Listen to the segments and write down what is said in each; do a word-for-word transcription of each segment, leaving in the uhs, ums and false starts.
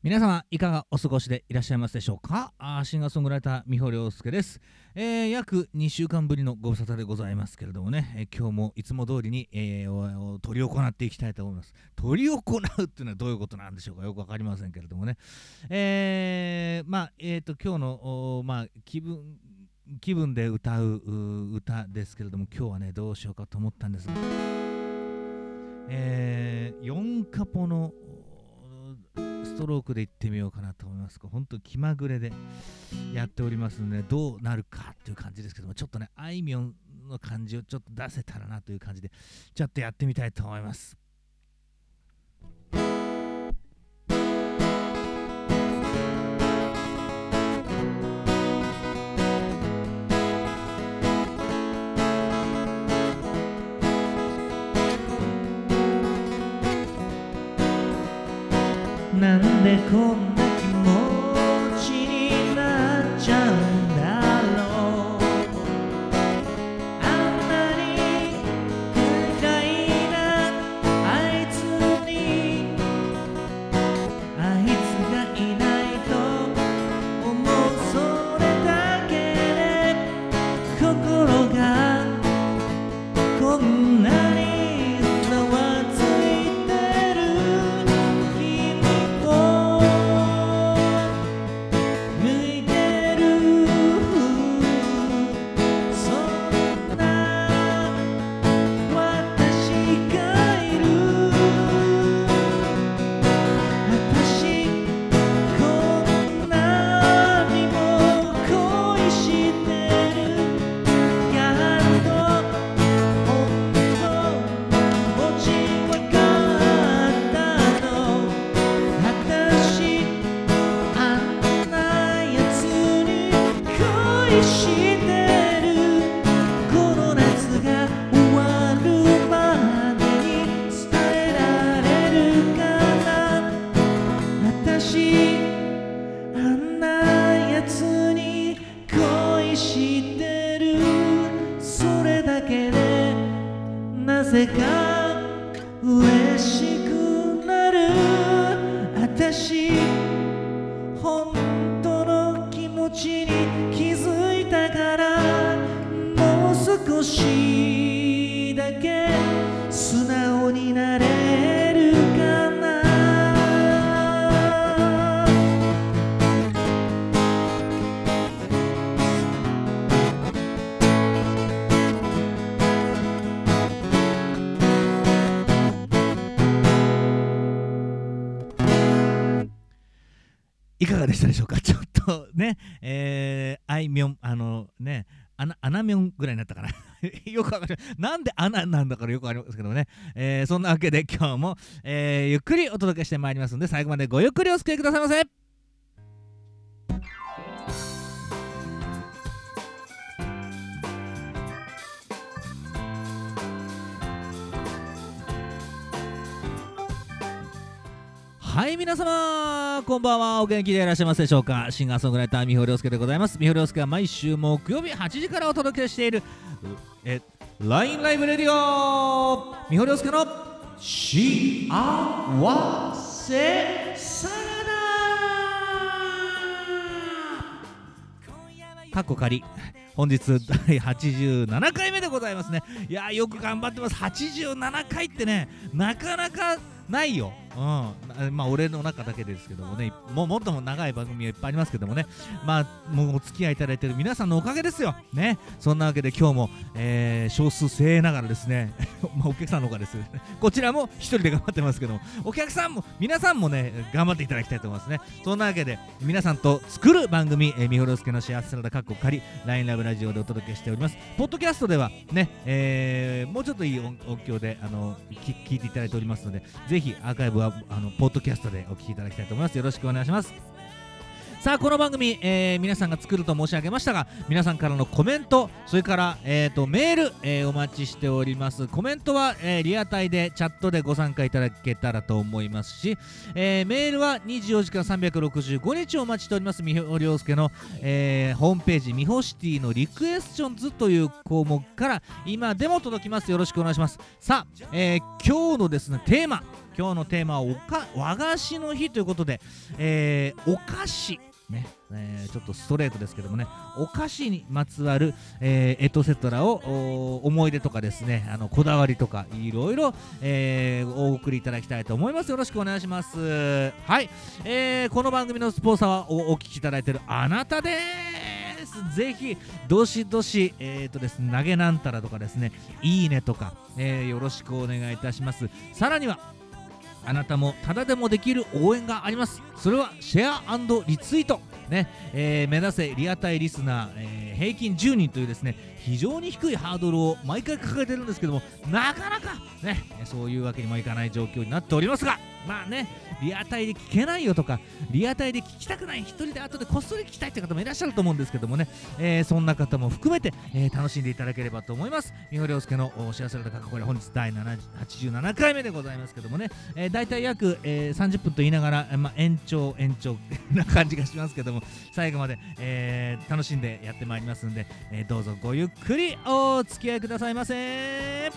皆様いかがお過ごしでいらっしゃいますでしょうか。あシンガーソングライター三保亮介です。えー、約にしゅうかんぶりのご無沙汰でございますけれどもね、えー、今日もいつも通りに、えー、取り行っていきたいと思います。取り行うっていうのはどういうことなんでしょうか。よくわかりませんけれどもね、えー、まあえっ、ー、と今日のまあ気分気分で歌う歌ですけれども、今日はねどうしようかと思ったんですが、えー、よんカポのストロークでいってみようかなと思います。本当気まぐれでやっておりますので、どうなるかっていう感じですけども、ちょっとねあいみょんの感じをちょっと出せたらなという感じでちょっとやってみたいと思います。なんでこんな気持ちになっちゃうんだろう。あんなに不快なあいつに、あいつがいないと思う。それだけで心がこんなにざわついてる。なぜか嬉しくなる。私本当の気持ちに気づいたから、もう少しだけ素直になれるかな。いかがでしたでしょうか。ちょっとね、えー、あいみょん、あのね、あな、あなみょんぐらいになったかな。よくわかる。なんであななんだからよくありますけどね。えー、そんなわけで今日も、えー、ゆっくりお届けしてまいりますので、最後までごゆっくりお付き合いくださいませ。はい、皆様こんばんは。お元気でいらっしゃいますでしょうか。シンガーソングライター三保亮介でございます。三保亮介は毎週木曜日はちじからお届けしているえ ライン ライブレディオ三保亮介の幸せサラダかっこ仮、本日だいはちじゅうななかいめでございますね。いやーよく頑張ってます。はちじゅうななかいってね、なかなかないよ。うん、まあ俺の中だけですけどもね、もうもっとも長い番組はいっぱいありますけどもね、まあもうお付き合いいただいている皆さんのおかげですよね。そんなわけで今日も、えー、少数精鋭ながらですねまあお客さんのおかげですこちらも一人で頑張ってますけども、お客さんも皆さんもね頑張っていただきたいと思いますね。そんなわけで皆さんと作る番組、えー、三保亮介の幸せサラダかっこ仮 ライン ライブラジオでお届けしております。ポッドキャストではね、えー、もうちょっといい音響であの聞いていただいておりますので、ぜひアーカイブはあのポッドキャストでお聞きいただきたいと思います。よろしくお願いします。さあこの番組、えー、皆さんが作ると申し上げましたが、皆さんからのコメント、それから、えー、とメール、えー、お待ちしております。コメントは、えー、リアタイでチャットでご参加いただけたらと思いますし、えー、メールはにじゅうよじかんさんびゃくろくじゅうごにちお待ちしております。三保亮介の、えー、ホームページミホシティのリクエスチョンズという項目から今でも届きます。よろしくお願いします。さあ、えー、今日のですねテーマ、 今日のテーマはおか和菓子の日ということで、えー、お菓子ね、えー、ちょっとストレートですけどもね、お菓子にまつわる、えー、エトセトラを思い出とかですね、あのこだわりとかいろいろ、えー、お送りいただきたいと思います。よろしくお願いします。はい、えー、この番組のスポンサーは お, お聞きいただいているあなたです。ぜひどしどし、えーとですね、投げなんたらとかですね、いいねとか、えー、よろしくお願いいたします。さらにはあなたもただでもできる応援があります。それはシェア&リツイートね、えー、目指せリアタイリスナー、えー、平均じゅうにんというですね、非常に低いハードルを毎回掲げてるんですけども、なかなかねそういうわけにもいかない状況になっておりますが、まあね、リアタイで聞けないよとか、リアタイで聞きたくない、一人で後でこっそり聞きたいという方もいらっしゃると思うんですけどもね、えー、そんな方も含めて、えー、楽しんでいただければと思います。三浦亮介の幸せの高これ本日だいはちじゅうななかいめでございますけどもね、えー、だいたい約、えー、さんじゅっぷんと言いながら、まあ、延長延長な感じがしますけども、最後まで、えー、楽しんでやってまいりますので、えー、どうぞごゆっくりお付き合いくださいませ。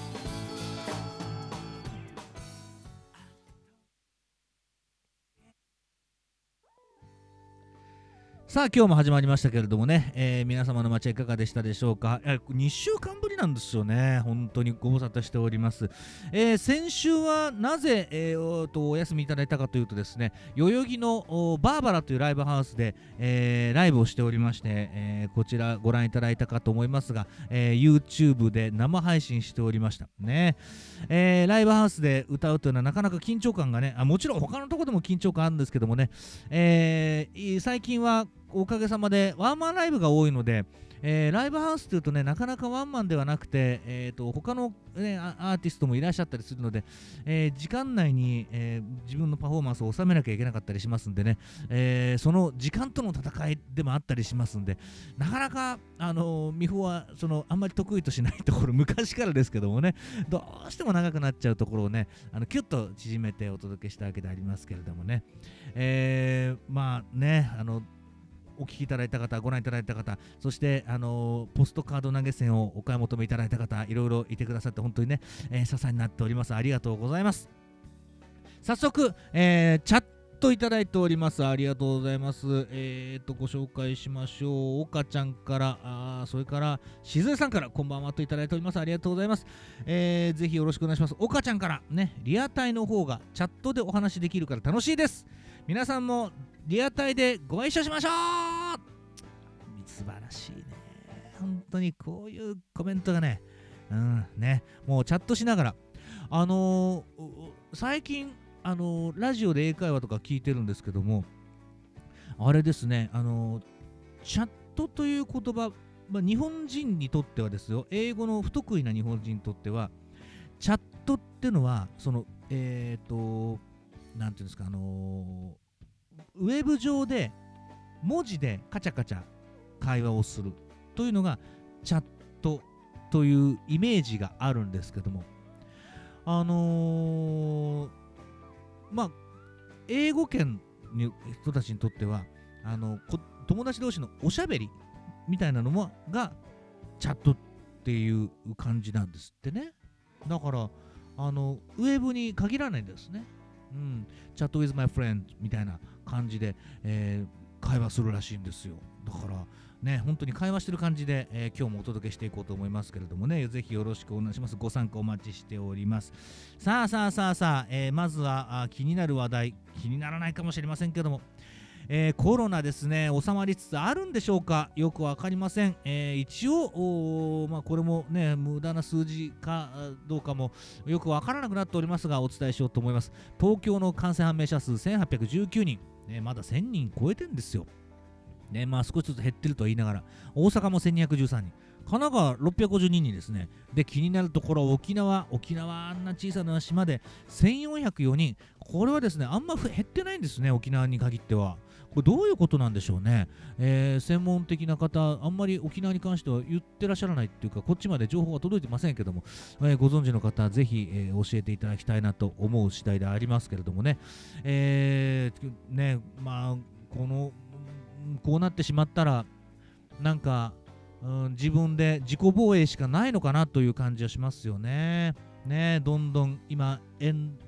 さあ今日も始まりましたけれどもね、えー、皆様の街はいかがでしたでしょうか。にしゅうかんぶりなんですよね。本当にご無沙汰しております。えー、先週はなぜ、えー、お, とお休みいただいたかというとですね、代々木のバーバラというライブハウスで、えー、ライブをしておりまして、えー、こちらご覧いただいたかと思いますが、えー、YouTube で生配信しておりましたね。えー、ライブハウスで歌うというのはなかなか緊張感がね、あもちろん他のところでも緊張感あるんですけどもね、えー、最近はおかげさまでワンマンライブが多いので、えー、ライブハウスというとね、なかなかワンマンではなくて、えー、と他の、ね、アーティストもいらっしゃったりするので、えー、時間内に、えー、自分のパフォーマンスを収めなきゃいけなかったりしますんでね、えー、その時間との戦いでもあったりしますんで、なかなか、あのー、美穂はそのあんまり得意としないところ、昔からですけどもね、どうしても長くなっちゃうところをね、あのキュッと縮めてお届けしたわけでありますけれどもね、えー、まあね、あのお聞きいただいた方、ご覧いただいた方、そして、あのー、ポストカード投げ銭をお買い求めいただいた方、いろいろいてくださって本当にね、えー、支えになっております。ありがとうございます。早速、えー、チャットいただいております。ありがとうございます。えーとご紹介しましょう。岡ちゃんから、あそれからしずえさんからこんばんはといただいております。ありがとうございます。えー、ぜひよろしくお願いします。岡ちゃんからね、リアタイの方がチャットでお話できるから楽しいです。皆さんもリアタイでご一緒しましょう。素晴らしいね。本当にこういうコメントがね、うんね、もうチャットしながら、あのー、最近、あのー、ラジオで英会話とか聞いてるんですけども、あれですね、あのー、チャットという言葉、まあ、日本人にとってはですよ、英語の不得意な日本人にとっては、チャットってのは、その、えっと、なんていうんですか、あのー、ウェブ上で文字でカチャカチャ会話をするというのがチャットというイメージがあるんですけども、あのー、まあ英語圏の人たちにとってはあの友達同士のおしゃべりみたいなのもがチャットっていう感じなんですってね。だからあのウェブに限らないんですね。うん、チャット with my friend みたいな感じで、えー、会話するらしいんですよ。だからね、本当に会話してる感じで、えー、今日もお届けしていこうと思いますけれどもね、ぜひよろしくお願いします。ご参加お待ちしております。さあさあさあさあ、えー、まずはあ気になる話題、気にならないかもしれませんけども、えー、コロナですね、収まりつつあるんでしょうか、よくわかりません。えー、一応、まあ、これもね、無駄な数字かどうかもよくわからなくなっておりますが、お伝えしようと思います。東京の感染判明者数せんはっぴゃくじゅうきゅうにん、ね、まだせんにん超えてんですよ。ね、まあ少しずつ減ってるとは言いながら、大阪もせんにひゃくじゅうさんにん、神奈川ろっぴゃくごじゅうににんですね。で、気になるところ、沖縄、沖縄あんな小さな島でせんよんひゃくよにん、これはですね、あんま減ってないんですね、沖縄に限っては。これどういうことなんでしょうね。えー、専門的な方、あんまり沖縄に関しては言ってらっしゃらないっていうか、こっちまで情報が届いてませんけども、えー、ご存知の方、ぜひ、えー、教えていただきたいなと思う次第でありますけれどもね。えー、ね、まあ、この、こうなってしまったら、なんか、うん、自分で自己防衛しかないのかなという感じはしますよね。ね、どんどん今、エン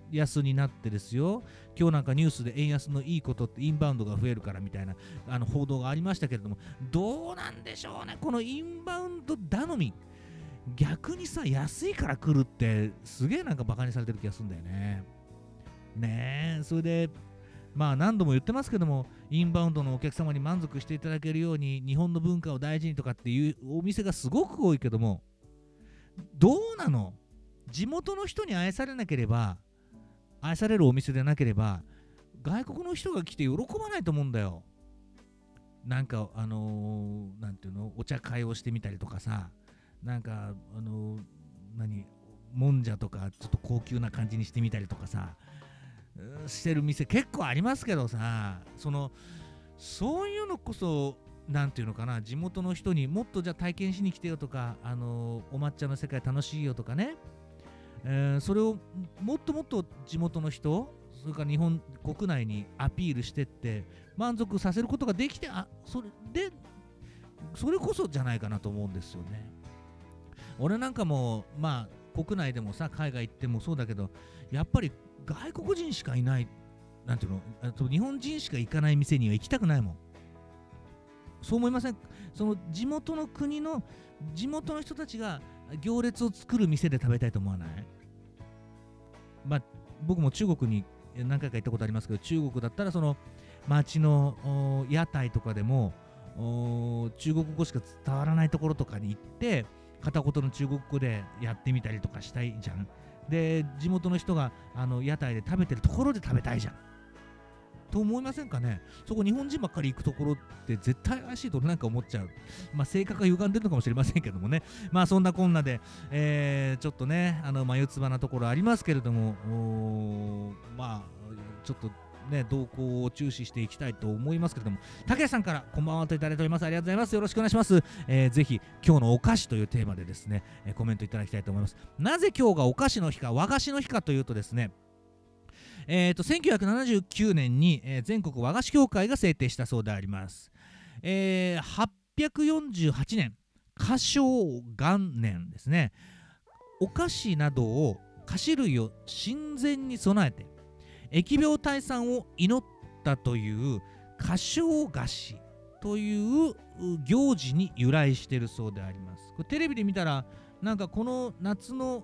安になってですよ、今日なんかニュースで円安のいいことってインバウンドが増えるからみたいなあの報道がありましたけれども、どうなんでしょうね、このインバウンド頼み、逆にさ、安いから来るってすげえなんかバカにされてる気がするんだよね。ねえ、それでまあ何度も言ってますけども、インバウンドのお客様に満足していただけるように日本の文化を大事にとかっていうお店がすごく多いけども、どうなの？地元の人に愛されなければ、愛されるお店でなければ、外国の人が来て喜ばないと思うんだよ。なんかあのー、なんていうの、お茶会をしてみたりとかさ、なんかあのー、何もんじゃとかちょっと高級な感じにしてみたりとかさ、してる店結構ありますけどさ、そのそういうのこそなんていうのかな、地元の人にもっとじゃあ体験しに来てよとか、あのー、お抹茶の世界楽しいよとかね、えー、それをもっともっと地元の人、それから日本国内にアピールしてって満足させることができて、あ、それでそれこそじゃないかなと思うんですよね。俺なんかもまあ国内でもさ、海外行ってもそうだけど、やっぱり外国人しかいない、なんていうの、あと日本人しか行かない店には行きたくないもん。そう思いません？その地元の国の地元の人たちが行列を作る店で食べたいと思わない？まあ僕も中国に何回か行ったことありますけど、中国だったらその街の屋台とかでも中国語しか伝わらないところとかに行って片言の中国語でやってみたりとかしたいじゃん。で地元の人があの屋台で食べてるところで食べたいじゃんと思いませんかね。そこ日本人ばっかり行くところって絶対怪しいとなんか思っちゃう。まあ性格が歪んでるのかもしれませんけどもね。まあそんなこんなで、えー、ちょっとねあの眉唾なところありますけれども、まあちょっとね動向を注視していきたいと思いますけれども、竹谷さんからこんばんはといただいております。ありがとうございます。よろしくお願いします。えー、ぜひ今日のお菓子というテーマでですね、えー、コメントいただきたいと思います。なぜ今日がお菓子の日か和菓子の日かというとですね、えー、とせんきゅうひゃくななじゅうきゅうねんに、えー、全国和菓子協会が制定したそうであります。えー、はっぴゃくよんじゅうはちねん、嘉祥元年ですね。お菓子などを菓子類を神前に備えて疫病退散を祈ったという嘉祥菓子という行事に由来しているそうであります。これテレビで見たらなんかこの夏の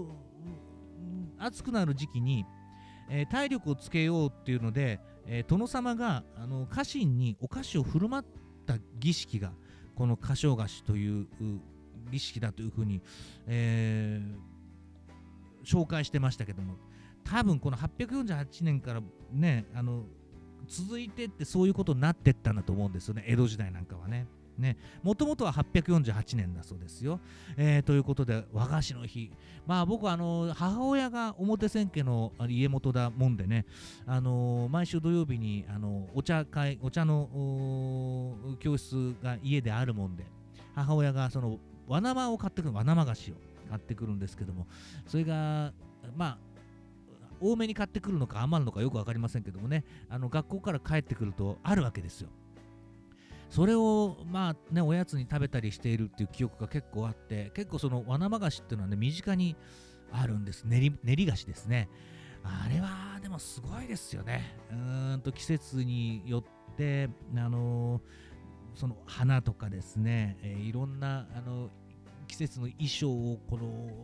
暑くなる時期にえー、体力をつけようっていうので、えー、殿様があの家臣にお菓子を振る舞った儀式がこの嘉祥菓子という儀式だというふうに、えー、紹介してましたけども、多分このはっぴゃくよんじゅうはちねんからねあの続いてってそういうことになってったんだと思うんですよね、江戸時代なんかはね。ね、もともとははっぴゃくよんじゅうはちねんだそうですよ。えー、ということで和菓子の日、まあ僕はあの母親が表千家の家元だもんでね、あのー、毎週土曜日にあのお茶会お茶の教室が家であるもんで、母親がその和生を買ってくる和生菓子を買ってくるんですけども、それがまあ多めに買ってくるのか余るのかよく分かりませんけどもね、あの学校から帰ってくるとあるわけですよ。それをまあねおやつに食べたりしているっていう記憶が結構あって、結構その和生菓子っていうのはね身近にあるんです。練り、練り菓子ですね。あれはでもすごいですよね。うーんと季節によってあのー、その花とかですね、えー、いろんなあの季節の衣装をこの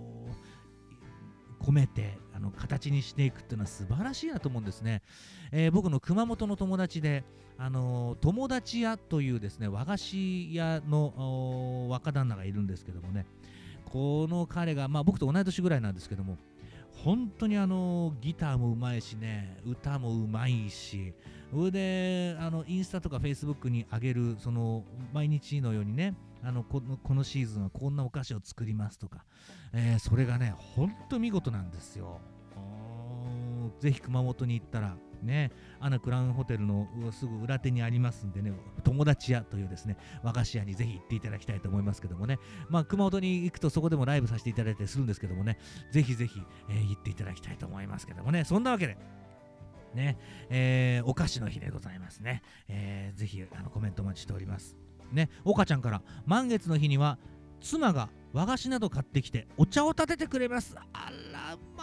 込めてあの形にしていくっていうのは素晴らしいなと思うんですね。えー、僕の熊本の友達で、あのー、友達屋というですね和菓子屋の若旦那がいるんですけどもね、この彼が、まあ、僕と同い年ぐらいなんですけども、本当にあのー、ギターもうまいしね、歌もうまいし、それであのインスタとかフェイスブックに上げるその毎日のようにね、あの こ, のこのシーズンはこんなお菓子を作りますとか、えー、それがねほんと見事なんですよ。ぜひ熊本に行ったらね、アナクラウンホテルのすぐ裏手にありますんでね、友達屋というですね和菓子屋にぜひ行っていただきたいと思いますけどもね、まあ熊本に行くとそこでもライブさせていただいたりするんですけどもね、ぜひぜひ、えー、行っていただきたいと思いますけどもね、そんなわけでね、えー、お菓子の日でございますね。えー、ぜひあのコメントお待ちしておりますね。岡ちゃんから、満月の日には妻が和菓子など買ってきてお茶を立ててくれます。あらまあ、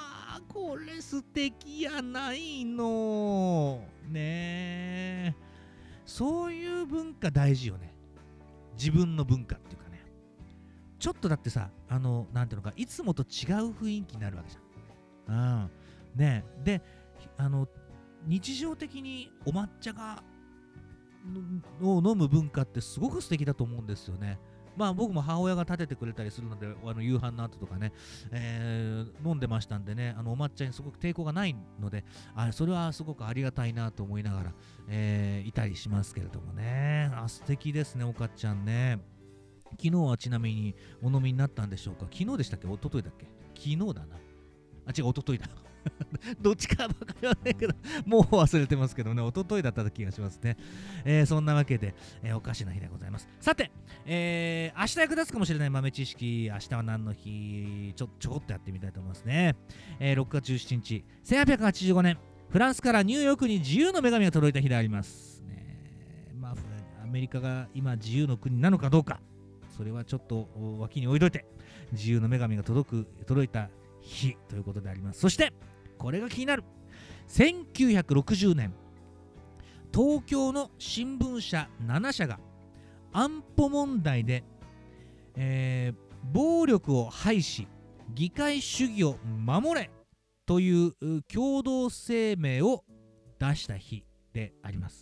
これ素敵やないのねえ。そういう文化大事よね。自分の文化っていうかね。ちょっとだってさ、あのなんていうのか、いつもと違う雰囲気になるわけじゃん。うんねえ。で、あの日常的にお抹茶がを飲む文化ってすごく素敵だと思うんですよね。まあ僕も母親が立ててくれたりするので、あの夕飯の後とかね、えー飲んでましたんでね、あのお抹茶にすごく抵抗がないので、あそれはすごくありがたいなと思いながら、えーいたりしますけれどもね。あ、素敵ですね、おかっちゃんね。昨日はちなみにお飲みになったんでしょうか。昨日でしたっけ、一昨日だっけ。昨日だな。あ、違う、一昨日だ。どっちかわかりませんけど、もう忘れてますけどね、一昨日だった気がしますね。えーそんなわけで、えーおかしな日でございます。さて、えー明日役立つかもしれない豆知識、明日は何の日、ちょちょこっとやってみたいと思いますね。えーろくがつじゅうしちにち、せんはっぴゃくはちじゅうごねん、フランスからニューヨークに自由の女神が届いた日であります。ね、まあ、アメリカが今自由の国なのかどうか、それはちょっと脇に置いといて、自由の女神が届く届いた日ということであります。そしてこれが気になる。せんきゅうひゃくろくじゅうねん、東京の新聞社ななしゃが安保問題で、えー暴力を廃止、議会主義を守れという共同声明を出した日であります。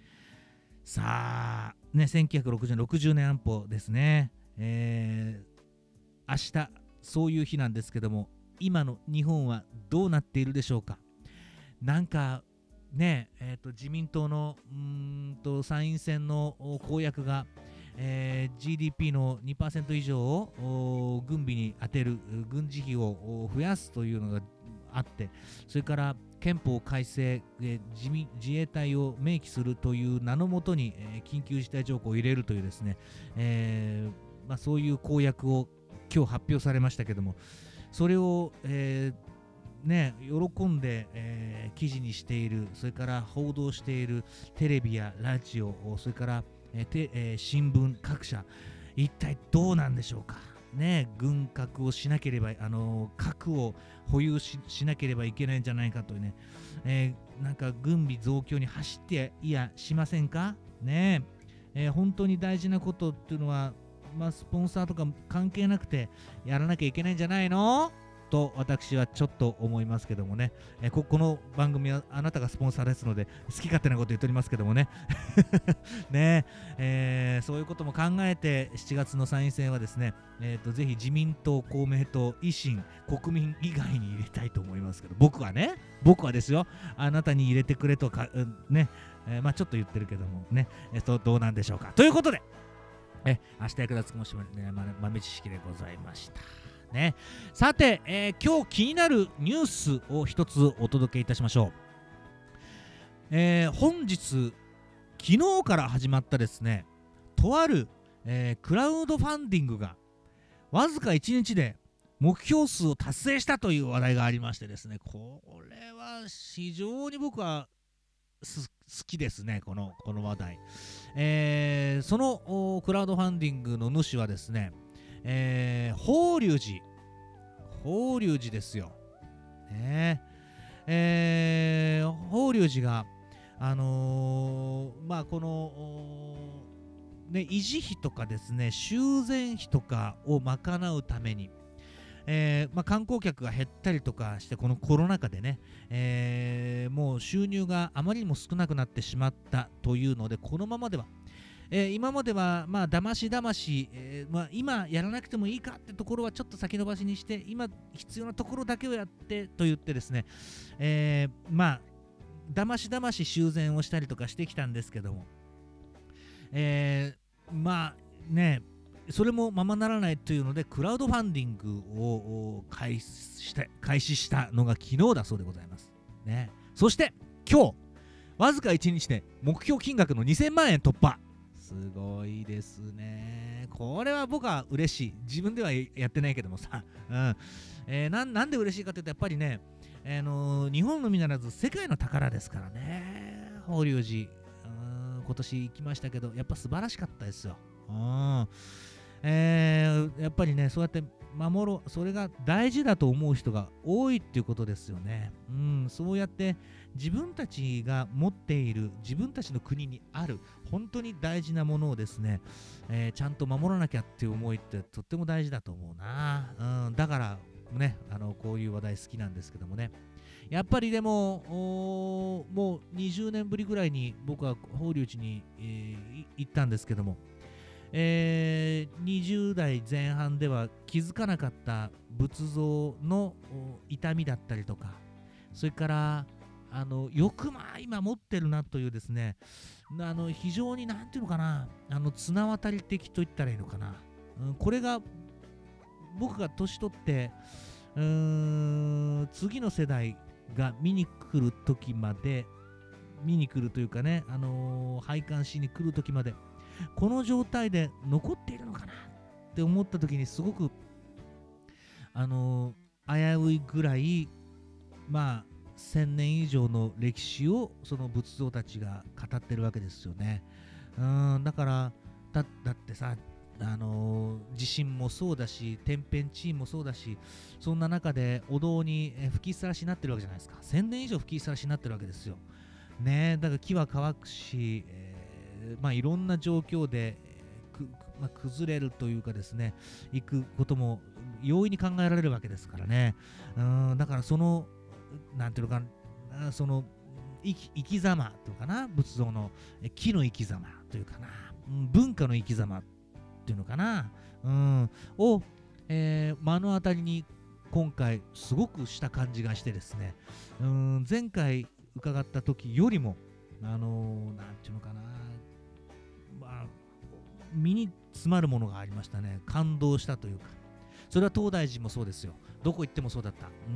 さあ、ね、せんきゅうひゃくろくじゅうねん、ろくじゅうねん安保ですね。えー明日、そういう日なんですけども、今の日本はどうなっているでしょうか。なんかね、えー、と自民党のうーんと参院選の公約が、えー ジーディーピー の にパーセント 以上を軍備に充てる、軍事費を増やすというのがあって、それから憲法改正、えー自民自衛隊を明記するという名のもとに、えー緊急事態条項を入れるというですね、えーまあ、そういう公約を今日発表されましたけども、それを、えーね、喜んで、えー記事にしている、それから報道しているテレビやラジオ、それから、えーてえー新聞各社、一体どうなんでしょうか。ね、軍拡をしなければ、あのー核を保有 し, しなければいけないんじゃないかというね、えーなんか軍備増強に走っていやしませんかね。えー本当に大事なことっていうのは、まあ、スポンサーとか関係なくてやらなきゃいけないんじゃないのと私はちょっと思いますけどもね、えーここの番組はあなたがスポンサーですので好き勝手なこと言っておりますけどもねねえーそういうことも考えてしちがつの参院選はですね、えー、とぜひ自民党、公明党、維新、国民以外に入れたいと思いますけど、僕はね、僕はですよ、あなたに入れてくれとか、うんね、えーまあちょっと言ってるけどもね、えーとどうなんでしょうか。ということで、え明日役立つかもしれない、ね、豆知識でございました。ね、さて、えー今日気になるニュースを一つお届けいたしましょう。えー本日、昨日から始まったですね、とある、えークラウドファンディングがわずかいちにちで目標数を達成したという話題がありましてですね、これは非常に僕はす好きですね、このこの話題。えーそのおクラウドファンディングの主はですね、えー法隆寺、法隆寺ですよ。ねえー法隆寺が、あのーまあ、この、おーね、維持費とかですね、修繕費とかを賄うために、えーまあ、観光客が減ったりとかして、このコロナ禍でね、えーもう収入があまりにも少なくなってしまったというので、このままでは、えー今まではまあだましだまし、えーまあ、今やらなくてもいいかってところはちょっと先延ばしにして、今必要なところだけをやってと言ってですね、えーまあだましだまし修繕をしたりとかしてきたんですけども、えーまあね、それもままならないというので、クラウドファンディングを開始した、開始したのが昨日だそうでございます。ね、そして今日、わずかいちにちで目標金額のにせんまんえん突破。すごいですね。これは僕は嬉しい。自分ではやってないけどもさ。うんえー、な, なんで嬉しいかというと、やっぱりね、あのー日本のみならず世界の宝ですからね。法隆寺、うん今年行きましたけど、やっぱ素晴らしかったですよ。うんえーやっぱりね、そうやって守ろう、それが大事だと思う人が多いっていうことですよね。うん、そうやって自分たちが持っている、自分たちの国にある本当に大事なものをですね、えーちゃんと守らなきゃっていう思いってとっても大事だと思うな。うん、だからね、あのこういう話題好きなんですけどもね。やっぱりでも、おーもうにじゅうねんぶりぐらいに僕は法隆寺に、えーい行ったんですけども、えーにじゅう代前半では気づかなかった仏像のお痛みだったりとか、それからあのよくまあ今持ってるなというですね、あの非常になんていうのかな、あの綱渡り的と言ったらいいのかな、うん、これが僕が年取ってうーん次の世代が見に来る時まで、見に来るというかね、あのー拝観しに来る時までこの状態で残っているのかなって思った時にすごくあのー危ういぐらい、まあせんねん以上の歴史をその仏像たちが語ってるわけですよね。うーんだからだだってさ、あのー地震もそうだし天変地異もそうだし、そんな中でお堂にえー吹きさらしになってるわけじゃないですか。せんねん以上吹きさらしになってるわけですよ。ねえ、だから木は乾くし、えーまあいろんな状況で、えーくくまあ、崩れるというかですね、行くことも容易に考えられるわけですからね。うーんだからそのなんていうのかな、その生き生き様というかな、仏像のえ木の生き様というかな、うん文化の生き様っていうのかな、うん、を、えー目の当たりに今回すごくした感じがしてですね、うん前回伺った時よりも、あのーなんていうのかな、まあ、身に詰まるものがありましたね。感動したというか。それは東大寺もそうですよ。どこ行ってもそうだった。うん。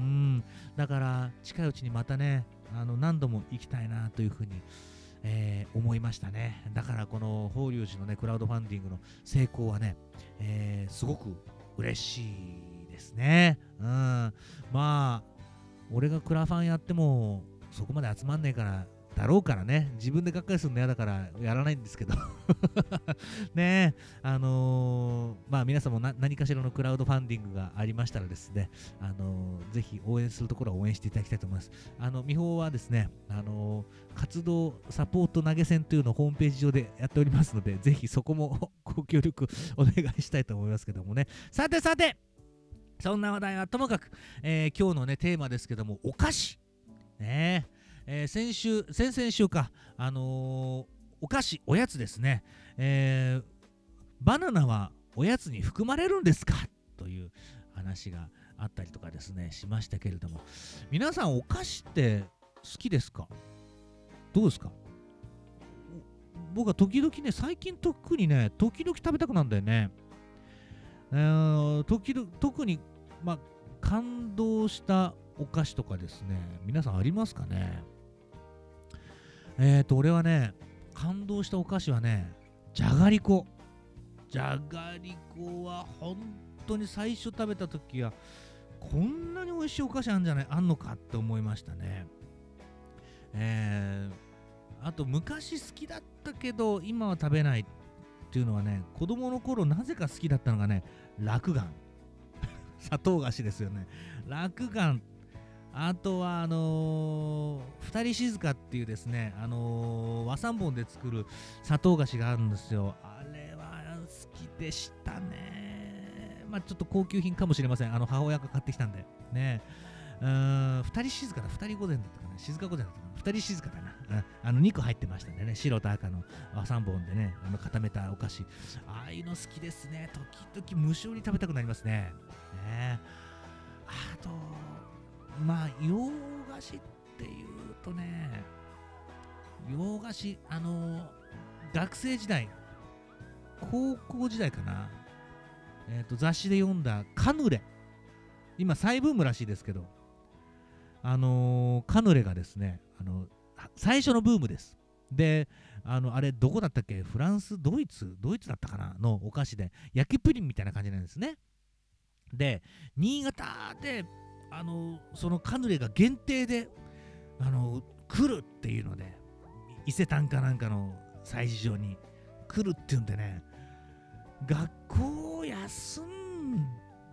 だから近いうちにまたね、あの何度も行きたいなというふうに、えー思いましたね。だからこの法隆寺のね、クラウドファンディングの成功はね、えーすごく嬉しいですね。うん。まあ、俺がクラファンやってもそこまで集まんねえからだろうからね、自分でがっかりするの嫌だからやらないんですけどねえ、あのーまあ皆さんもな何かしらのクラウドファンディングがありましたらですね、あのーぜひ応援するところは応援していただきたいと思います。あの、美穂はですね、あのー活動サポート投げ銭というのをホームページ上でやっておりますので、ぜひそこもご協力お願いしたいと思いますけどもね。さてさて、そんな話題はともかく、えー今日のね、テーマですけども、お菓子。ねええー先週、先々週か、あのーお菓子、おやつですね。えーバナナはおやつに含まれるんですかという話があったりとかですね、しましたけれども、皆さんお菓子って好きですか？どうですか？お僕は時々ね、最近特にね、時々食べたくなんだよね。えー時々特に、まあ、感動したお菓子とかですね、皆さんありますかね？えーと、俺はね、感動したお菓子はね、じゃがりこ。じゃがりこは本当に最初食べた時は、こんなに美味しいお菓子あんじゃない、あんのかって思いましたね。えー、あと昔好きだったけど、今は食べないっていうのはね、子供の頃なぜか好きだったのがね、落雁。砂糖菓子ですよね。落雁。あとはあのー、二人静かっていうですね、あのー、和三盆で作る砂糖菓子があるんですよ。あれは好きでしたね。まあちょっと高級品かもしれません。あの母親が買ってきたんで。ね。うーん、二人静かだ、二人御前だったかな。静か御前だったかな。二人静かだな。うん、あのにこ入ってましたんでね。白と赤の和三盆でね、あの固めたお菓子。ああいうの好きですね。時々無性に食べたくなりますね。ね。あと、まあ洋菓子っていうとね、洋菓子、あのー学生時代、高校時代かな、えーと雑誌で読んだカヌレ、今再ブームらしいですけど、あのーカヌレがですね、あの最初のブームです。で、あのあれどこだったっけ、フランス、ドイツ、ドイツだったかなのお菓子で、焼きプリンみたいな感じなんですね。で、新潟であのそのカヌレが限定であの来るっていうので、伊勢丹かなんかの催事場に来るっていうんでね、学校を休ん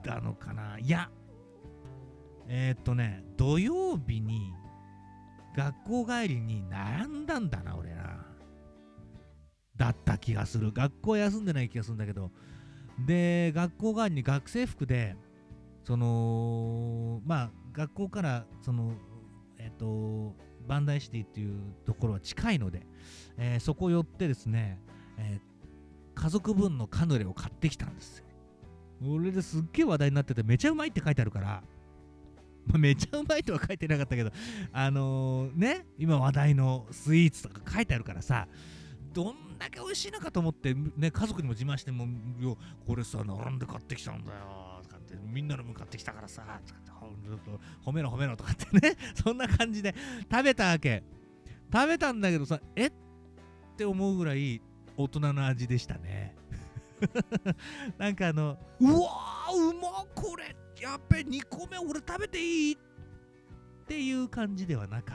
たのかな。いやえー、っとね土曜日に学校帰りに並んだんだな俺な。だった気がする。学校休んでない気がするんだけど、で学校帰りに学生服でそのまあ学校からそのえっとバンダイシティっていうところは近いので、えー、そこ寄ってですね、えー、家族分のカヌレを買ってきたんですよ。俺ですっげえ話題になってて、めちゃうまいって書いてあるから、まあ、めちゃうまいとは書いてなかったけど、あのー、ね今話題のスイーツとか書いてあるからさ、どんだけ美味しいのかと思って、ね、家族にも自慢しても、これさ並んで買ってきたんだよとかって、みんなの分買ってきたからさとかって褒めろ褒めろとかってねそんな感じで食べたわけ。食べたんだけどさ、えって思うぐらい大人の味でしたねなんかあのうわーうまっこれやっべにこめ俺食べていいっていう感じではなか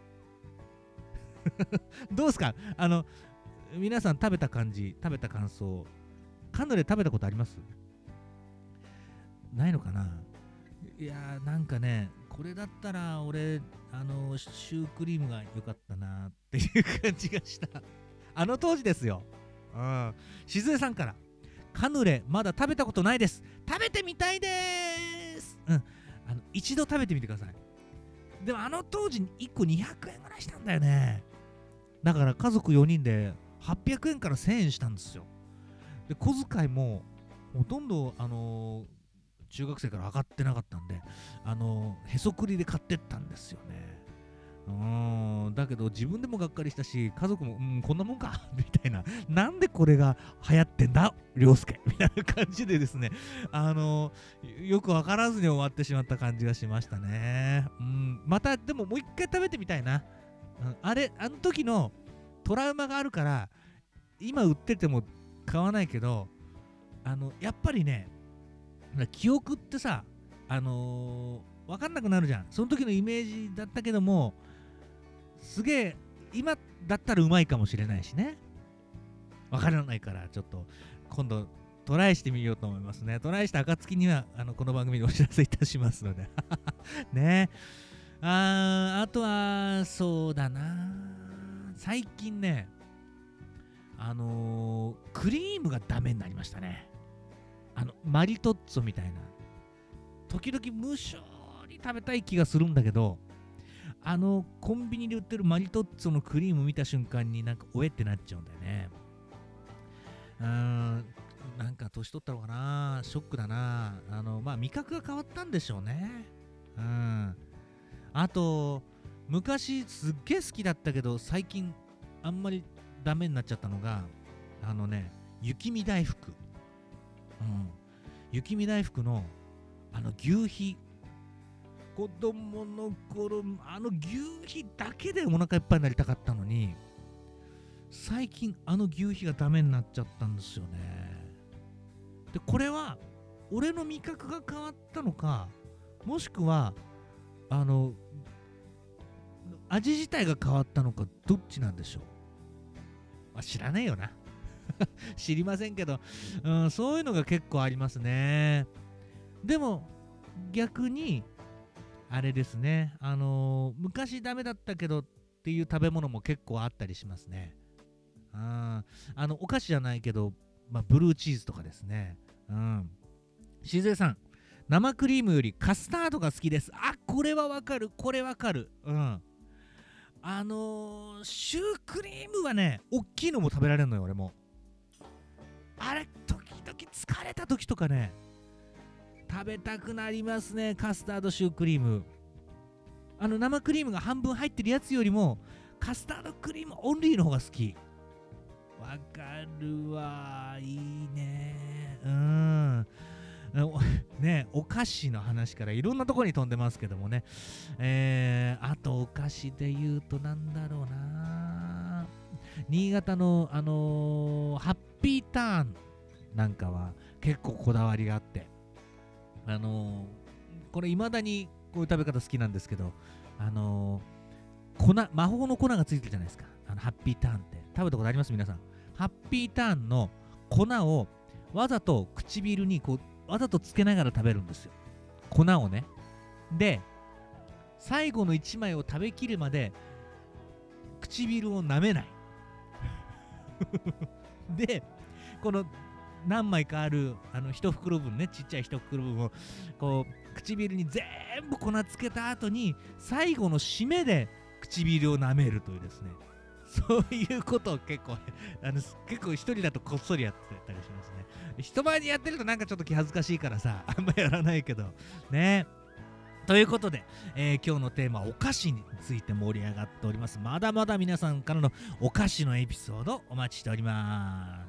ったどうですか、あの皆さん食べた感じ、食べた感想、カヌレ食べたことあります？ないのかな。いやーなんかね、これだったら俺あのシュークリームが良かったなっていう感じがしたあの当時ですよ。うん。静江さんからカヌレまだ食べたことないです、食べてみたいです。うん、あの一度食べてみてください。でもあの当時いっこにひゃくえんぐらいしたんだよね。だから家族よにんではっぴゃくえんからせんえんしたんですよ。で小遣いもほとんどあのー、中学生から上がってなかったんで、あのー、へそくりで買ってったんですよね。うーんだけど自分でもがっかりしたし、家族もうんこんなもんかみたいな、なんでこれが流行ってんだ涼介みたいな感じでですね、あのー、よく分からずに終わってしまった感じがしましたね。うんまたでももう一回食べてみたいな。うん、あれあの時のトラウマがあるから今売ってても買わないけど、あのやっぱりね記憶ってさ、あのー、分かんなくなるじゃん。その時のイメージだったけども、すげえ今だったらうまいかもしれないしね。分からないからちょっと今度トライしてみようと思いますね。トライした暁にはあのこの番組でお知らせいたしますのでね。あーあとはそうだな、最近ねあのー、クリームがダメになりましたね。あのマリトッツォみたいな、時々無性に食べたい気がするんだけど、あのコンビニで売ってるマリトッツォのクリーム見た瞬間になんかおえってなっちゃうんだよね。うーんなんか年取ったのかな、ショックだな。あのまあ味覚が変わったんでしょうね。うんあと昔すっげえ好きだったけど最近あんまりダメになっちゃったのが、あのね雪見大福、うん、雪見大福のあの牛皮、子供の頃あの牛皮だけでお腹いっぱいになりたかったのに、最近あの牛皮がダメになっちゃったんですよね。でこれは俺の味覚が変わったのか、もしくはあの味自体が変わったのか、どっちなんでしょう。まあ、知らねえよな知りませんけど、うん、そういうのが結構ありますね。でも逆にあれですね、あのー、昔ダメだったけどっていう食べ物も結構あったりしますね。ああのお菓子じゃないけど、まあ、ブルーチーズとかですね。うん。しずえさん、生クリームよりカスタードが好きです。あ、これはわかる、これわかる。うん。あのー、シュークリームはね、大きいのも食べられるのよ、俺も。あれ、時々疲れた時とかね、食べたくなりますね、カスタードシュークリーム。あの生クリームが半分入ってるやつよりも、カスタードクリームオンリーの方が好き。わかるわ、いいね。うん。ね、お菓子の話からいろんなところに飛んでますけどもね、えー、あとお菓子で言うとなんだろうな、新潟の、あのー、ハッピーターンなんかは結構こだわりがあって、あのー、これいまだにこういう食べ方好きなんですけど、あのー、粉、魔法の粉がついてるじゃないですか、あのハッピーターンって食べたことあります皆さん。ハッピーターンの粉をわざと唇にこうわざとつけながら食べるんですよ、粉をね。で最後のいちまいを食べきるまで唇を舐めないでこの何枚かあるあの一袋分ね、ちっちゃい一袋分をこう唇に全部粉つけた後に最後の締めで唇を舐めるというですね、そういうことを結構あの結構一人だとこっそりやってたりしますね。人前にやってるとなんかちょっと気恥ずかしいからさ、あんまやらないけどね。ということで、えー、今日のテーマはお菓子について盛り上がっております。まだまだ皆さんからのお菓子のエピソードお待ちしております。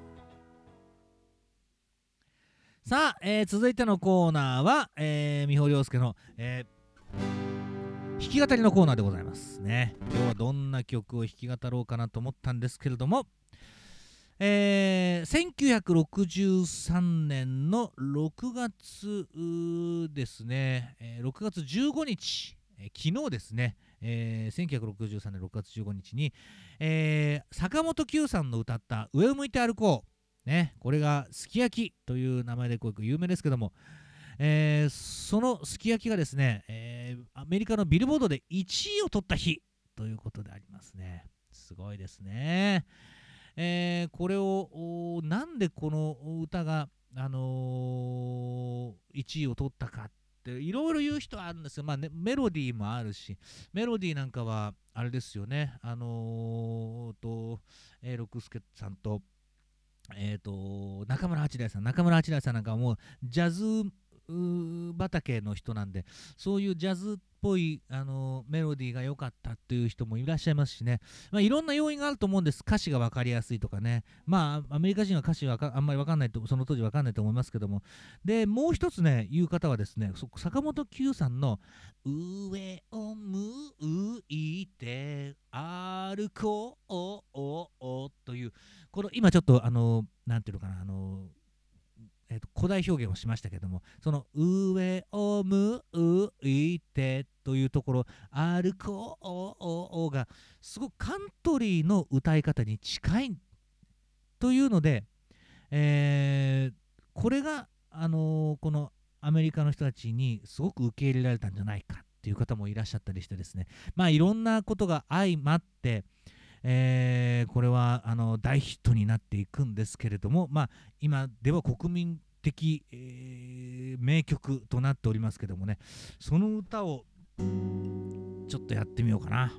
さあ、えー、続いてのコーナーは、えー、三保亮介の、えー、弾き語りのコーナーでございますね。今日はどんな曲を弾き語ろうかなと思ったんですけれども、えー、せんきゅうひゃくろくじゅうさんねんのろくがつですね、えー、ろくがつじゅうごにち、えー、昨日ですね、えー、せんきゅうひゃくろくじゅうさんねんろくがつじゅうごにちに、えー、坂本九さんの歌った上を向いて歩こう、ね、これがすき焼きという名前でこう有名ですけども、えー、そのすき焼きがですね、えー、アメリカのビルボードでいちいを取った日ということでありますね。すごいですね。えー、これをなんでこの歌が、あのー、いちいを取ったかっていろいろ言う人はあるんですよ。まあね、メロディーもあるし、メロディーなんかはあれですよね、あのー、と、えー、六輔さんと、えー、と中村八大さん中村八大さんなんかはもうジャズ畑の人なんで、そういうジャズっぽい、あのー、メロディーが良かったっていう人もいらっしゃいますしね、まあ、いろんな要因があると思うんです。歌詞が分かりやすいとかね、まあアメリカ人は歌詞はあんまり分かんないと、その当時分かんないと思いますけども、でもう一つね言う方はですね、坂本九さんの上を向いて歩こうという、この今ちょっとあのー、なんていうのかな、あのーえー、と古代表現をしましたけども、その上を向いてというところ、歩こうがすごくカントリーの歌い方に近いというので、えー、これが、あのー、このアメリカの人たちにすごく受け入れられたんじゃないかっていう方もいらっしゃったりしてですね、まあいろんなことが相まって、えー、これはあの大ヒットになっていくんですけれども、まあ、今では国民的、えー、名曲となっておりますけどもね、その歌をちょっとやってみようかな。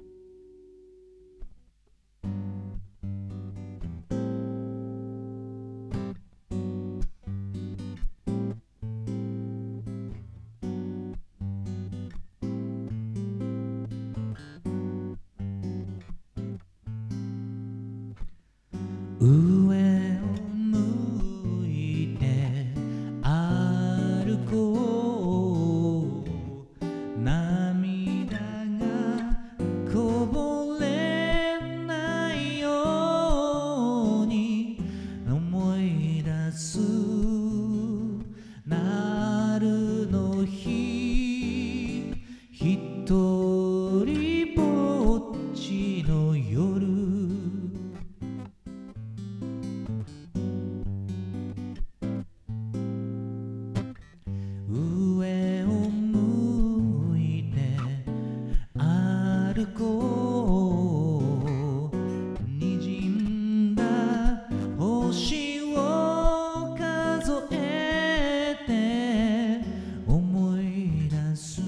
上を向いて歩こう、涙がこぼれないように思い出す夏の日、一人ぼっちの夜、上を向いて歩こう、滲んだ星を数えて思い出す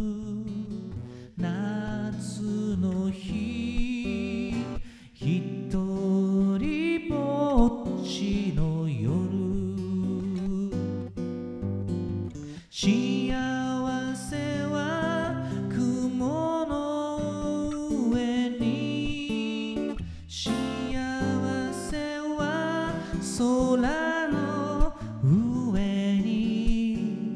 夏の日、一人ぼっちの夜、幸せは雲の上に、幸せは空の上に、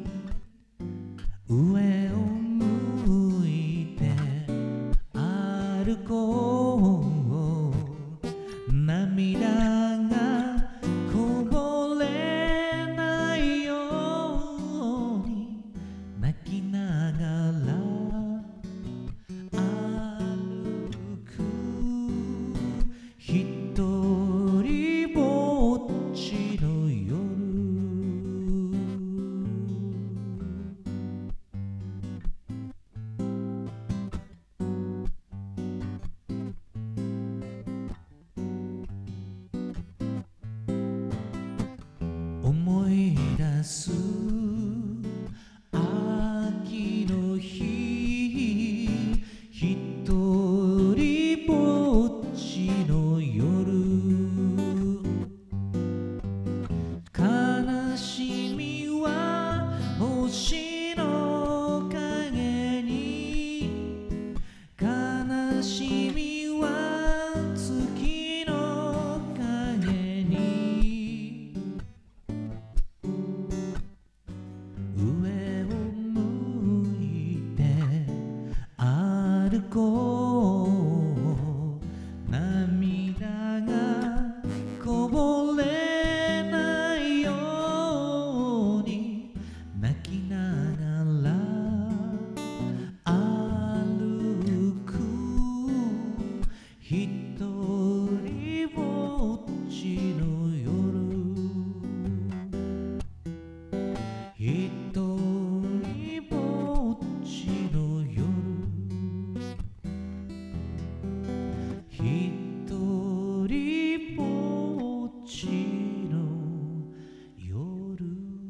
上を向いて歩こう、涙がこぼれないように泣きながら歩く、一人ぼっちのす秋の日、ひとりぼっちの夜、悲しみは星の影に、悲しみは月の影に、上を向いて歩こう、涙がこぼれないように泣きながら歩く、ひとりぼっちの夜、ひとりぼっちの夜、ひとりぼっちの夜。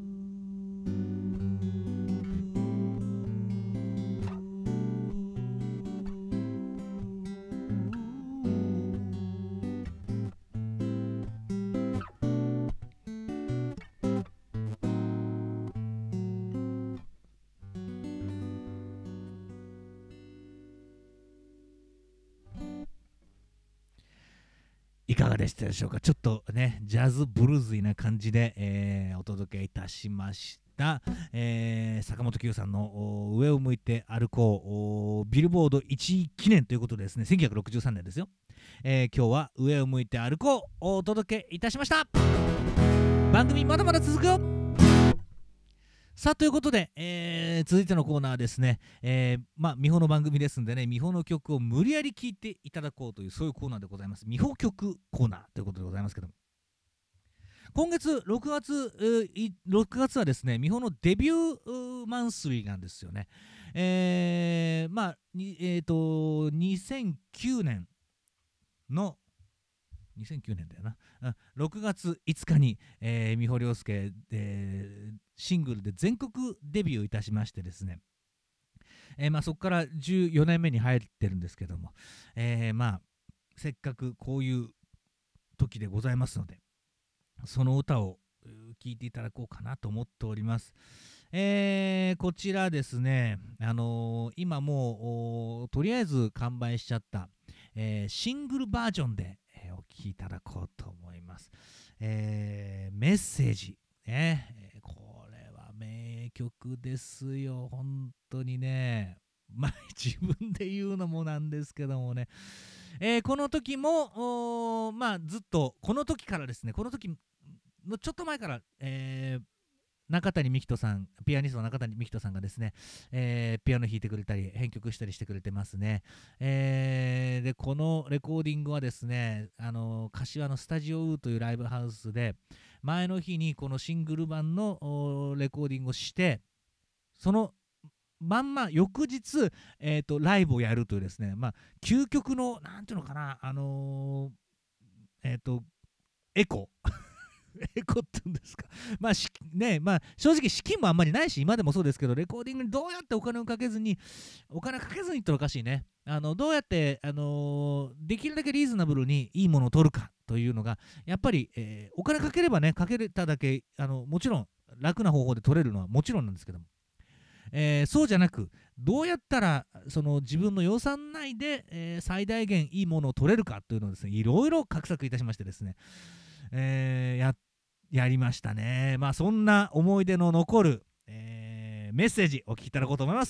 いかがでしたでしょうか。ちょっとねジャズブルーズイな感じで、えーお届けいたしました、えー坂本九さんの上を向いて歩こうビルボードいちい記念ということでですね、せんきゅうひゃくろくじゅうさんねんですよ、えー今日は上を向いて歩こうをお届けいたしました。番組まだまだ続くよ。さあということで、えー続いてのコーナーはですね、えーまあ美穂の番組ですんでね、美穂の曲を無理やり聴いていただこうというそういうコーナーでございます。美穂曲コーナーということでございますけども、今月ろくがつ、えーいろくがつはですね、美穂のデビューうーマンスリーなんですよね。えーまあにえっ、とにせんきゅうねんのにせんきゅうねんだよな、あろくがついつかに、えー、美穂良介、えーシングルで全国デビューいたしましてですね、えーまあ、そこからじゅうよねんめに入ってるんですけども、えーまあせっかくこういう時でございますので、その歌を聴いていただこうかなと思っております。えーこちらですね、あのー今もうおとりあえず完売しちゃった、えーシングルバージョンで、えーお聴きいただこうと思います。えーメッセージ、ねえーこれは名曲ですよ、本当にね。まあ自分で言うのもなんですけどもね、えーこの時もおーまあずっとこの時からですね、この時のちょっと前から、えー中谷美紀人さん、ピアニストの中谷美紀人さんがですね、えーピアノ弾いてくれたり編曲したりしてくれてますね。えーでこのレコーディングはですね、あの柏のスタジオウーというライブハウスで前の日にこのシングル版のおレコーディングをして、そのまんま翌日、えーとライブをやるというですね、まあ究極のなんていうのかな、あのーえっ、とエコエコって言うんですか。まあしね、まあ正直資金もあんまりないし、今でもそうですけど、レコーディングにどうやってお金をかけずに、お金かけずにっておかしいね。あのどうやって、あのーできるだけリーズナブルにいいものを取るかというのが、やっぱり、えーお金かければね、かけただけ、あのもちろん楽な方法で取れるのはもちろんなんですけども、えーそうじゃなく、どうやったらその自分の予算内で、えー最大限いいものを取れるかというのをですね、いろいろ画策いたしましてですね、えーややりましたね。まあそんな思い出の残る、えーメッセージお聞きいただこうと思います。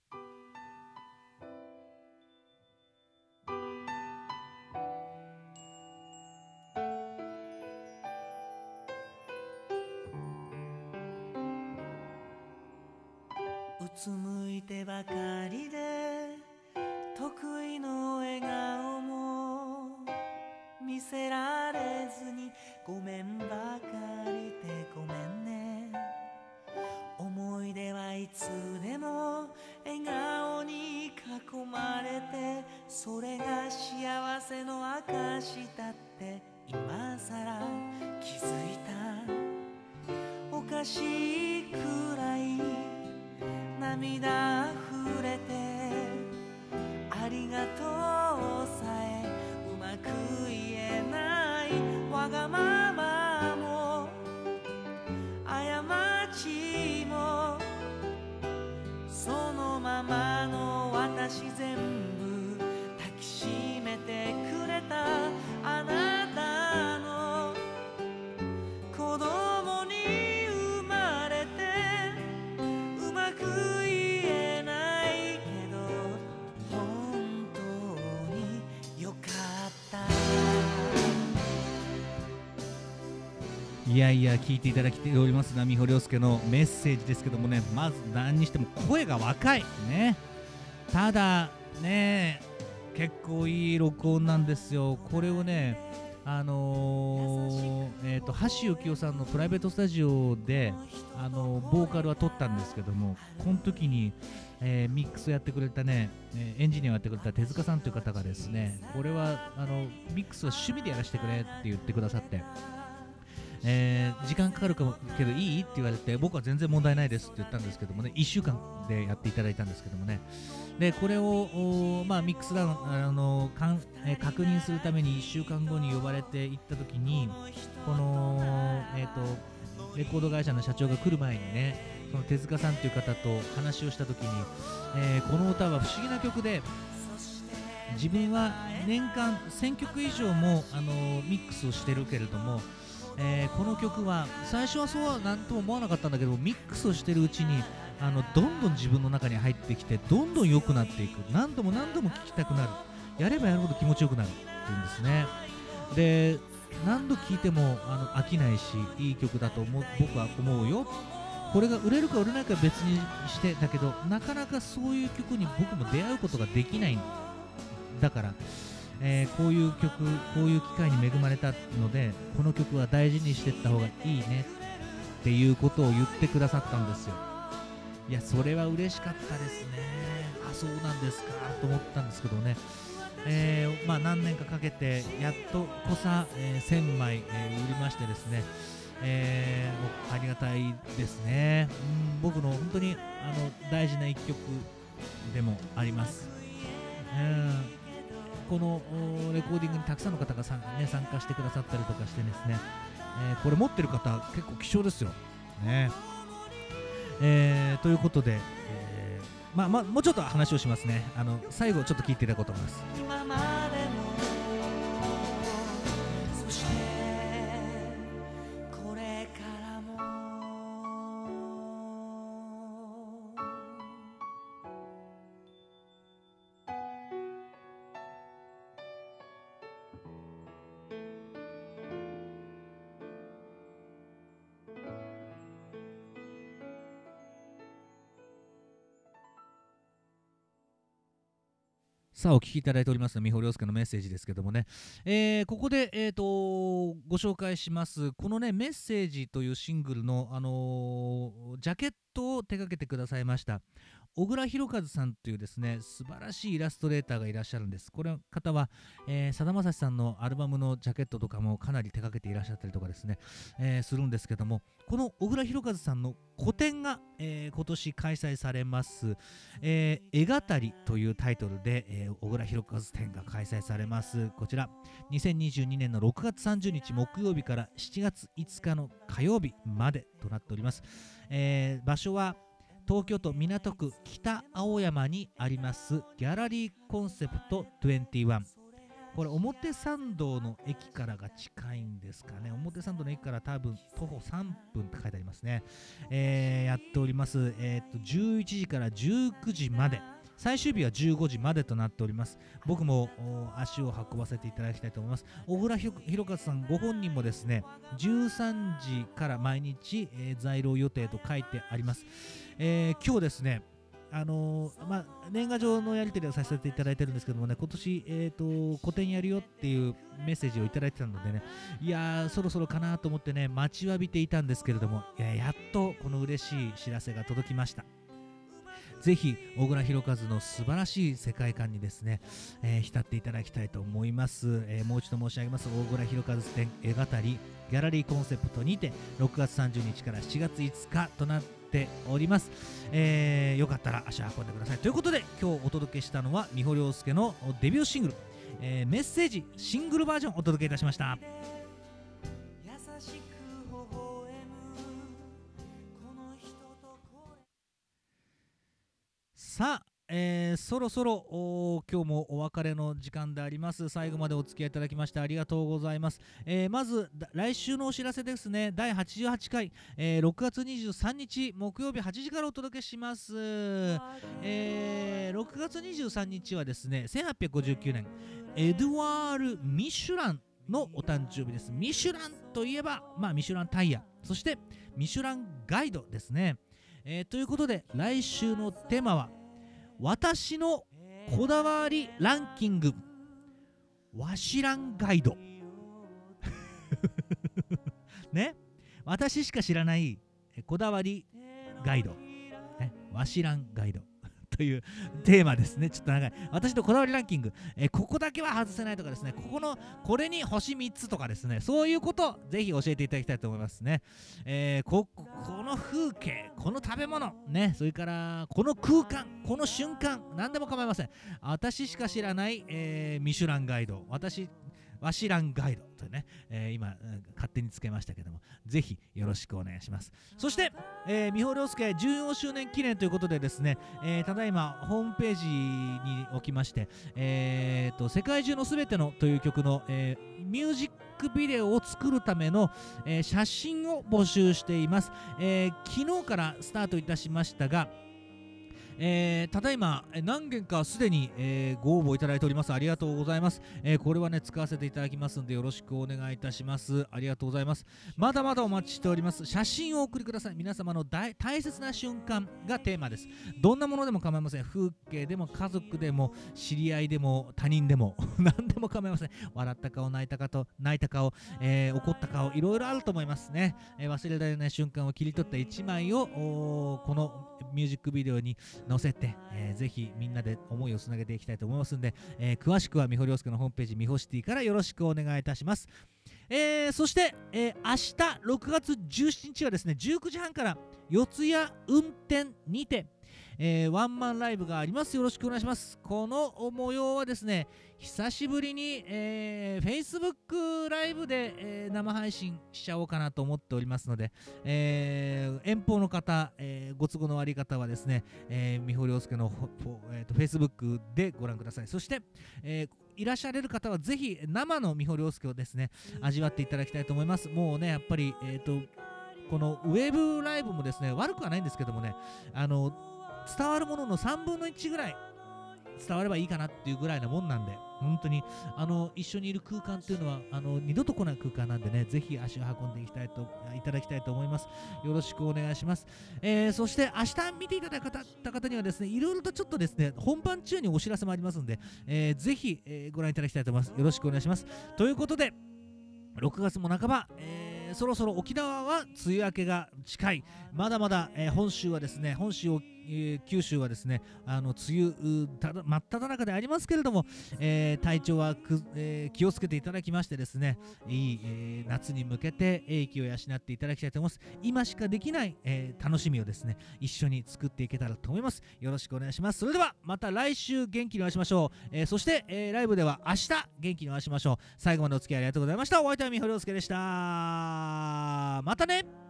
うつむいてばかりで得意の笑顔も見せられずに、ごめんばかりでごめんね。思い出はいつでも笑顔に囲まれて、それが幸せの証だって今さら気づいた。おかしわがままも過ちもそのままの私全部抱きしめてくれたあなたの子供に生まれてうまく言えないけど本当によかったいやいや聞いていただきておりますが、美穂亮介のメッセージですけどもね、まず何にしても声が若いね。ただね結構いい録音なんですよ。これをねあのー、えーと橋幸夫さんのプライベートスタジオで、あのー、ボーカルは撮ったんですけども、この時に、えー、ミックスやってくれたね、えーエンジニアをやってくれた手塚さんという方がですね、これはあのミックスは趣味でやらせてくれって言ってくださって、えー時間かかるかもけどいいって言われて、僕は全然問題ないですって言ったんですけどもね、いっしゅうかんでやっていただいたんですけどもね、でこれをおまあミックスダウンあのかん、えー確認するためにいっしゅうかんごに呼ばれて行った時に、このえっ、とレコード会社の社長が来る前にね、その手塚さんという方と話をした時に、えーこの歌は不思議な曲で、自分は年間せんきょく以上もあのミックスをしてるけれども、えーこの曲は最初はそうは何とも思わなかったんだけど、ミックスをしてるうちにあのどんどん自分の中に入ってきて、どんどん良くなっていく、何度も何度も聴きたくなる、やればやるほど気持ちよくなるっていうんですね。で何度聴いてもあの飽きないし、いい曲だと思う僕は思うよ。これが売れるか売れないかは別にしてだけど、なかなかそういう曲に僕も出会うことができないんだから、えーこういう曲、こういう機会に恵まれたので、この曲は大事にしていった方がいいねっていうことを言ってくださったんですよ。いやそれは嬉しかったですね。あ、そうなんですかと思ったんですけどね、えーまあ、何年かかけてやっとこさ、えーせんまい、えー売りましてですね、えーありがたいですね。うん、僕の本当にあの大事な一曲でもあります。うんこのおレコーディングにたくさんの方がさん、ね、参加してくださったりとかしてですね、えーこれ持ってる方結構希少ですよ、ねえーということで、えーまあまあもうちょっと話をしますね。あの最後ちょっと聞いていただこうと思います。 今までもそしてこれからもさあお聞きいただいております美穂亮介のメッセージですけどもね、えーここで、えー、とご紹介しますこのねメッセージというシングルの、あのージャケットを手掛けてくださいました小倉弘和さんというですね素晴らしいイラストレーターがいらっしゃるんです。この方はさだまさしさんのアルバムのジャケットとかもかなり手掛けていらっしゃったりとかですね、えーするんですけども、この小倉弘和さんの個展が、えー今年開催されます、えー、絵語りというタイトルで、えー小倉弘和展が開催されます。こちらにせんにじゅうにねんのろくがつさんじゅうにち木曜日からしちがついつかの火曜日までとなっております。えー場所は東京都港区北青山にありますギャラリーコンセプトにじゅういち。これ表参道の駅からが近いんですかね。表参道の駅から多分徒歩さんぷんって書いてありますね。えーやっております、えーとじゅういちじからじゅうくじまで、最終日はじゅうごじまでとなっております。僕もお足を運ばせていただきたいと思います。小倉弘和さんご本人もですねじゅうさんじから毎日、えー在廊予定と書いてあります。えー今日ですねあのーまあ、年賀状のやり取りをさせていただいてるんですけどもね、今年、えーと個展やるよっていうメッセージをいただいてたのでね、いやーそろそろかなと思ってね待ちわびていたんですけれども、いややっとこの嬉しい知らせが届きました。ぜひ小倉弘和の素晴らしい世界観にですね、えー浸っていただきたいと思います。えーもう一度申し上げます。小倉弘和展絵語りギャラリーコンセプトにてろくがつさんじゅうにちからしちがついつかとなっております。えーよかったら足を運んでください。ということで今日お届けしたのは美穂亮介のデビューシングル、えーメッセージシングルバージョンをお届けいたしました。 さあ、えーそろそろお今日もお別れの時間であります。最後までお付き合いいただきましてありがとうございます。えーまずだ来週のお知らせですね。だいはちじゅうはちかい、えーろくがつにじゅうさんにち木曜日はちじからお届けします。えーろくがつにじゅうさんにちはですね、せんはっぴゃくごじゅうきゅうねんエドワール・ミシュランのお誕生日です。ミシュランといえば、まあ、ミシュランタイヤ、そしてミシュランガイドですね。えーということで来週のテーマは私のこだわりランキングわしらんガイドね、私しか知らないえこだわりガイド、ね、わしらんガイドというテーマですね。ちょっと長い。私のこだわりランキング、えここだけは外せないとかですね、ここのこれに星みっつとかですね、そういうことぜひ教えていただきたいと思いますね。えー、ここの風景、この食べ物ね、それからこの空間、この瞬間、何でも構いません。私しか知らない、えーミシュランガイド、私わしらんガイドというね、えー今、うん勝手につけましたけども、ぜひよろしくお願いします。そして、えー、三保亮介じゅうよんしゅうねん記念ということでですね、えーただいまホームページにおきまして、えーと世界中のすべてのという曲の、えーミュージックビデオを作るための、えー写真を募集しています。えー昨日からスタートいたしましたが、えーただいまえー何件かすでに、えーご応募いただいております。ありがとうございます。えーこれはね使わせていただきますのでよろしくお願いいたします。ありがとうございます。まだまだお待ちしております。写真をお送りください。皆様の大大切な瞬間がテーマです。どんなものでも構いません。風景でも家族でも知り合いでも他人でも何でも構いません。笑った顔、泣いた顔、泣いた顔、えー怒った顔、いろいろあると思いますね。えー忘れられない瞬間を切り取ったいちまいをおーこのミュージックビデオに載せて、えーぜひみんなで思いをつなげていきたいと思いますので、えー詳しくは三保亮介のホームページミホシティからよろしくお願いいたします。えーそして、えー明日ろくがつじゅうしちにちはですねじゅうくじはんから四谷運転にて、えーワンマンライブがあります。よろしくお願いします。この模様はですね久しぶりに、えー、Facebook ライブで、えー生配信しちゃおうかなと思っておりますので、えー遠方の方、えーご都合の悪い方はですね、えー、三保亮介のフォ、えーと Facebook でご覧ください。そして、えーいらっしゃれる方はぜひ生の三保亮介をですね味わっていただきたいと思います。もうねやっぱり、えーとこのウェブライブもですね悪くはないんですけどもね、あの伝わるもののさんぶんのいちぐらい伝わればいいかなっていうぐらいなもんなんで、本当にあの一緒にいる空間っていうのはあの二度と来ない空間なんでね、ぜひ足を運んでいきたいといただきたいと思います。よろしくお願いします。えーそして明日見ていただいた方にはですねいろいろとちょっとですね本番中にお知らせもありますので、えーぜひ、えーご覧いただきたいと思います。よろしくお願いします。ということでろくがつも半ば、えーそろそろ沖縄は梅雨明けが近い。まだまだ、えー本州はですね本州をえー九州はですねあの梅雨うただ真っ只中でありますけれども、えー体調はく、えー気をつけていただきましてですねいい、えー夏に向けて英気を養っていただきたいと思います。今しかできない、えー楽しみをですね一緒に作っていけたらと思います。よろしくお願いします。それではまた来週元気にお会いしましょう。えーそして、えーライブでは明日元気にお会いしましょう。最後までお付き合いありがとうございました。お相手は三保亮介でした。またね。